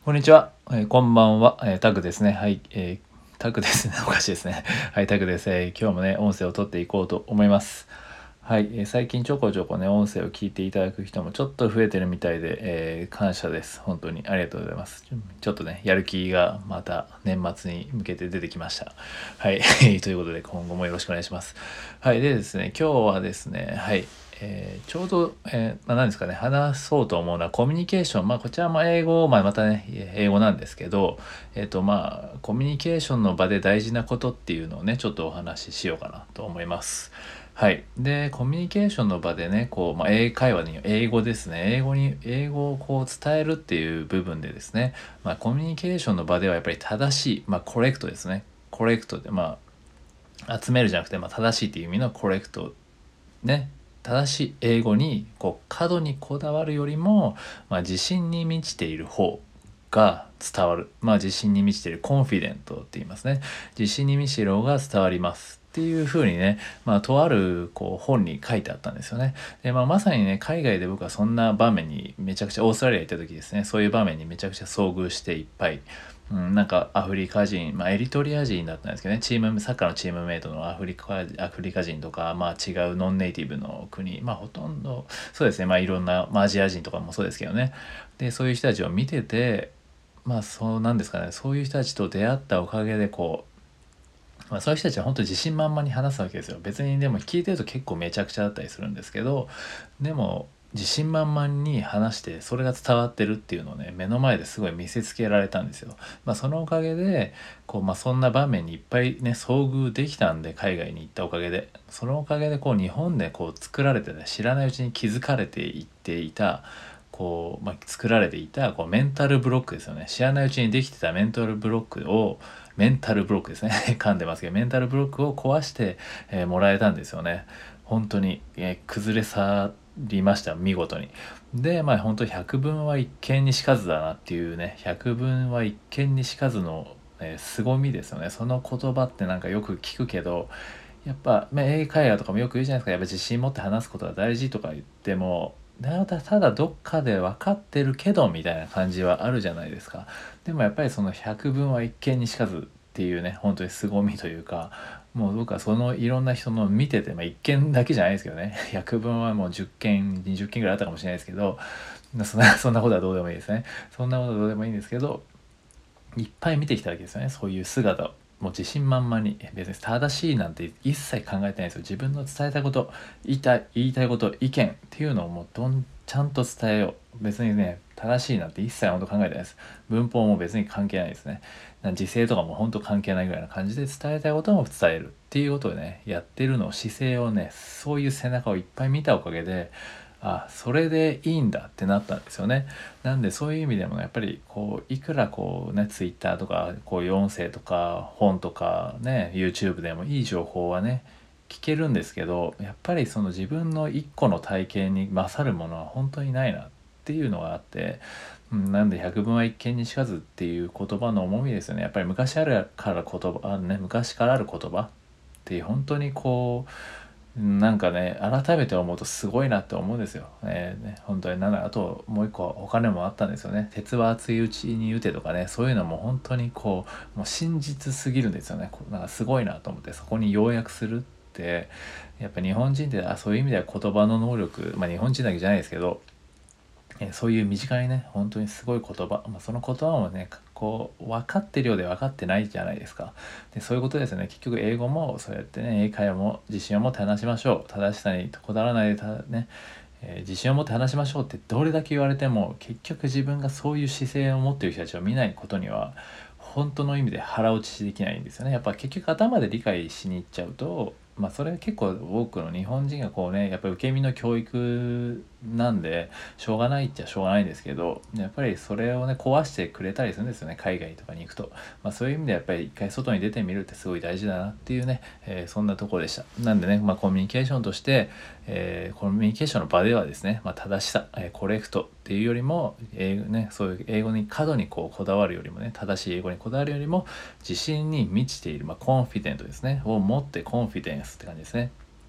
こんにちは、こんばんは、タグですね。はい、タグですね。おかしいですね。はい、タグです。今日もね、音声を取っていこうと思います。はい、最近ちょこちょこね、音声を聞いていただく人もちょっと増えてるみたいで、感謝です。本当にありがとうございます。ちょっとね、やる気がまた年末に向けて出てきました。はい、ということで今後もよろしくお願いします。はい、でですね、今日はですね、はい、ちょうど、何ですかね、話そうと思うのはコミュニケーション、こちらも英語、またね、英語なんですけど、コミュニケーションの場で大事なことっていうのをね、ちょっとお話ししようかなと思います。はい。で、コミュニケーションの場でね、英会話に、英語ですね、英語をこう伝えるっていう部分でですね、コミュニケーションの場ではやっぱり正しい、コレクトですね。コレクトで、集めるじゃなくて、正しいっていう意味のコレクトね、正しい英語に過度にこだわるよりも、自信に満ちている方が伝わる、自信に満ちているコンフィデントって言いますね。自信に満ちている方が伝わりますっていう風にね、とある本に書いてあったんですよね。で、まさにね、海外で僕はそんな場面にめちゃくちゃオーストラリア行った時ですね、そういう場面にめちゃくちゃ遭遇していっぱい、なんかアフリカ人、エリトリア人だったんですけどね、サッカーのチームメイトのアフリカ人とか、違うノンネイティブの国、ほとんど、そうですね、いろんな、アジア人とかもそうですけどね。で、そういう人たちを見てて、そうなんですかね、そういう人たちと出会ったおかげで、そういう人たちは本当に自信満々に話すわけですよ。別にでも聞いてると結構めちゃくちゃだったりするんですけど、でも自信満々に話してそれが伝わってるっていうのをね、目の前ですごい見せつけられたんですよ。そのおかげでそんな場面にいっぱいね遭遇できたんで、海外に行ったおかげで、そのおかげで日本で作られてね、知らないうちに気づかれていっていた作られていたメンタルブロックですよね。知らないうちにできてたメンタルブロックですね噛んでますけど、メンタルブロックを壊して、もらえたんですよね。本当に、崩れ去りました見事に。で本当百聞は一見にしかずだなっていうね、百聞は一見にしかずの、凄みですよね。その言葉ってなんかよく聞くけど、やっぱ、英会話とかもよく言うじゃないですか。やっぱ自信持って話すことが大事とか言っても、ただどっかで分かってるけどみたいな感じはあるじゃないですか。でもやっぱりその百聞は一見にしかずっていうね、本当に凄みというか、もう僕はそのいろんな人の見てて、一見だけじゃないですけどね、百聞はもう10件20件ぐらいあったかもしれないですけど、そんなことはどうでもいいですね。そんなことはどうでもいいんですけど、いっぱい見てきたわけですよね、そういう姿を。もう自信満々に、別に正しいなんて一切考えてないですよ。自分の伝えたいこと、言いたいこと、意見っていうのをもうちゃんと伝えよう。別にね、正しいなんて一切本当考えてないです。文法も別に関係ないですね。時制とかも本当関係ないぐらいな感じで、伝えたいことも伝えるっていうことをね、やってるのを、姿勢をね、そういう背中をいっぱい見たおかげで、それでいいんだってなったんですよね。なんでそういう意味でもやっぱりいくらツイッターとかこういう音声とか本とかね YouTube でもいい情報はね聞けるんですけど、やっぱりその自分の一個の体験に勝るものは本当にないなっていうのがあって、なんで百聞は一見にしかずっていう言葉の重みですよね。やっぱり昔からある言葉って本当になんかね、改めて思うとすごいなって思うんですよ。本当にあともう一個他にもあったんですよね。鉄は熱いうちに打てとかね、そういうのも本当にもう真実すぎるんですよね。なんかすごいなと思って、そこに要約するって、やっぱ日本人ってそういう意味では言葉の能力、日本人だけじゃないですけど、そういう身近にね本当にすごい言葉、その言葉もね分かってるようで分かってないじゃないですか。でそういうことですよね。結局英語もそうやってね、英会話も自信を持って話しましょう、正しさにこだわらないでね、自信を持って話しましょうってどれだけ言われても、結局自分がそういう姿勢を持っている人たちを見ないことには本当の意味で腹落ちできないんですよね。やっぱ結局頭で理解しに行っちゃうと、それは結構多くの日本人がやっぱり受け身の教育なんでしょうがないっちゃしょうがないんですけど、やっぱりそれをね壊してくれたりするんですよね、海外とかに行くと。そういう意味でやっぱり一回外に出てみるってすごい大事だなっていうね、そんなところでした。なんでね、コミュニケーションとして、コミュニケーションの場ではですね、正しさ、コレクトっていうよりもそういう英語に過度にこだわるよりもね、正しい英語にこだわるよりも自信に満ちている、コンフィデントですねを持って、コンフィデンスって感じですね。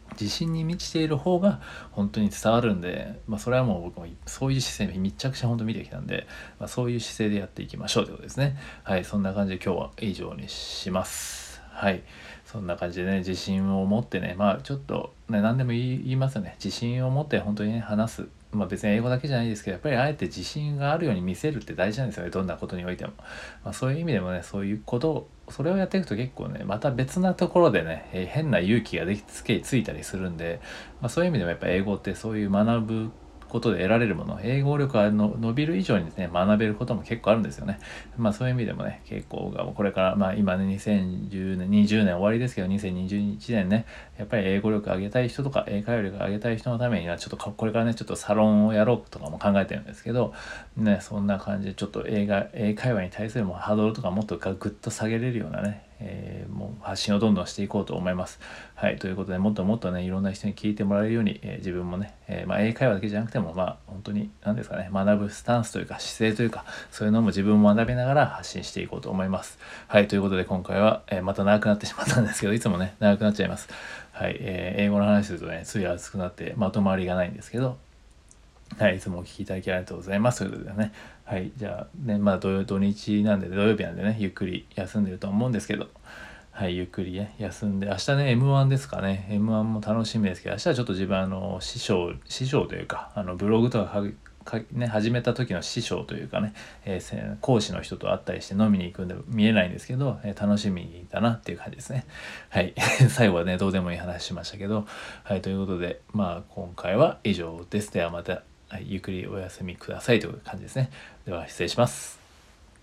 自信に満ちている方が本当に伝わるんで、それはもう僕もそういう姿勢に密着して本当見てきたんで、そういう姿勢でやっていきましょうということですね。はい、そんな感じで今日は以上にします。はい、そんな感じでね、自信を持ってね、ちょっとね、何でも言いますよね。自信を持って本当にね、話す。別に英語だけじゃないですけど、やっぱりあえて自信があるように見せるって大事なんですよね。どんなことにおいても。そういう意味でもね、そういうことをそれをやっていくと結構ね、また別なところでね、変な勇気がついたりするんで、そういう意味でもやっぱ英語ってそういう学ぶことで得られるもの、英語力が伸びる以上にですね、学べることも結構あるんですよね。そういう意味でもね、結構これから、今ね、2010年、20年終わりですけど、2021年ね、やっぱり英語力上げたい人とか、英会話力上げたい人のためには、ちょっとこれからね、ちょっとサロンをやろうとかも考えてるんですけど、ね、そんな感じでちょっと英会話に対するもハードルとかもっとグッと下げれるようなね、もう発信をどんどんしていこうと思います。はい、ということでもっともっとねいろんな人に聞いてもらえるように、自分もね、英会話だけじゃなくても本当に何ですかね、学ぶスタンスというか姿勢というかそういうのも自分も学びながら発信していこうと思います。はい、ということで今回は、また長くなってしまったんですけど、いつもね長くなっちゃいます。はい、英語の話するとねつい熱くなってまとまりがないんですけど、はい、いつもお聞きいただきありがとうございます。ということでね、はい、じゃあね、土日なんで土曜日なんでね、ゆっくり休んでると思うんですけど、はい、ゆっくりね、休んで、明日ね、M1 ですかね、M1 も楽しみですけど、明日はちょっと自分師匠というか、ブログとかね、始めた時の師匠というかね、講師の人と会ったりして飲みに行くんで見えないんですけど、楽しみだなっていう感じですね。はい。最後はね、どうでもいい話しましたけど、はい、ということで、今回は以上です。ではまた、はい、ゆっくりお休みくださいという感じですね。では失礼します。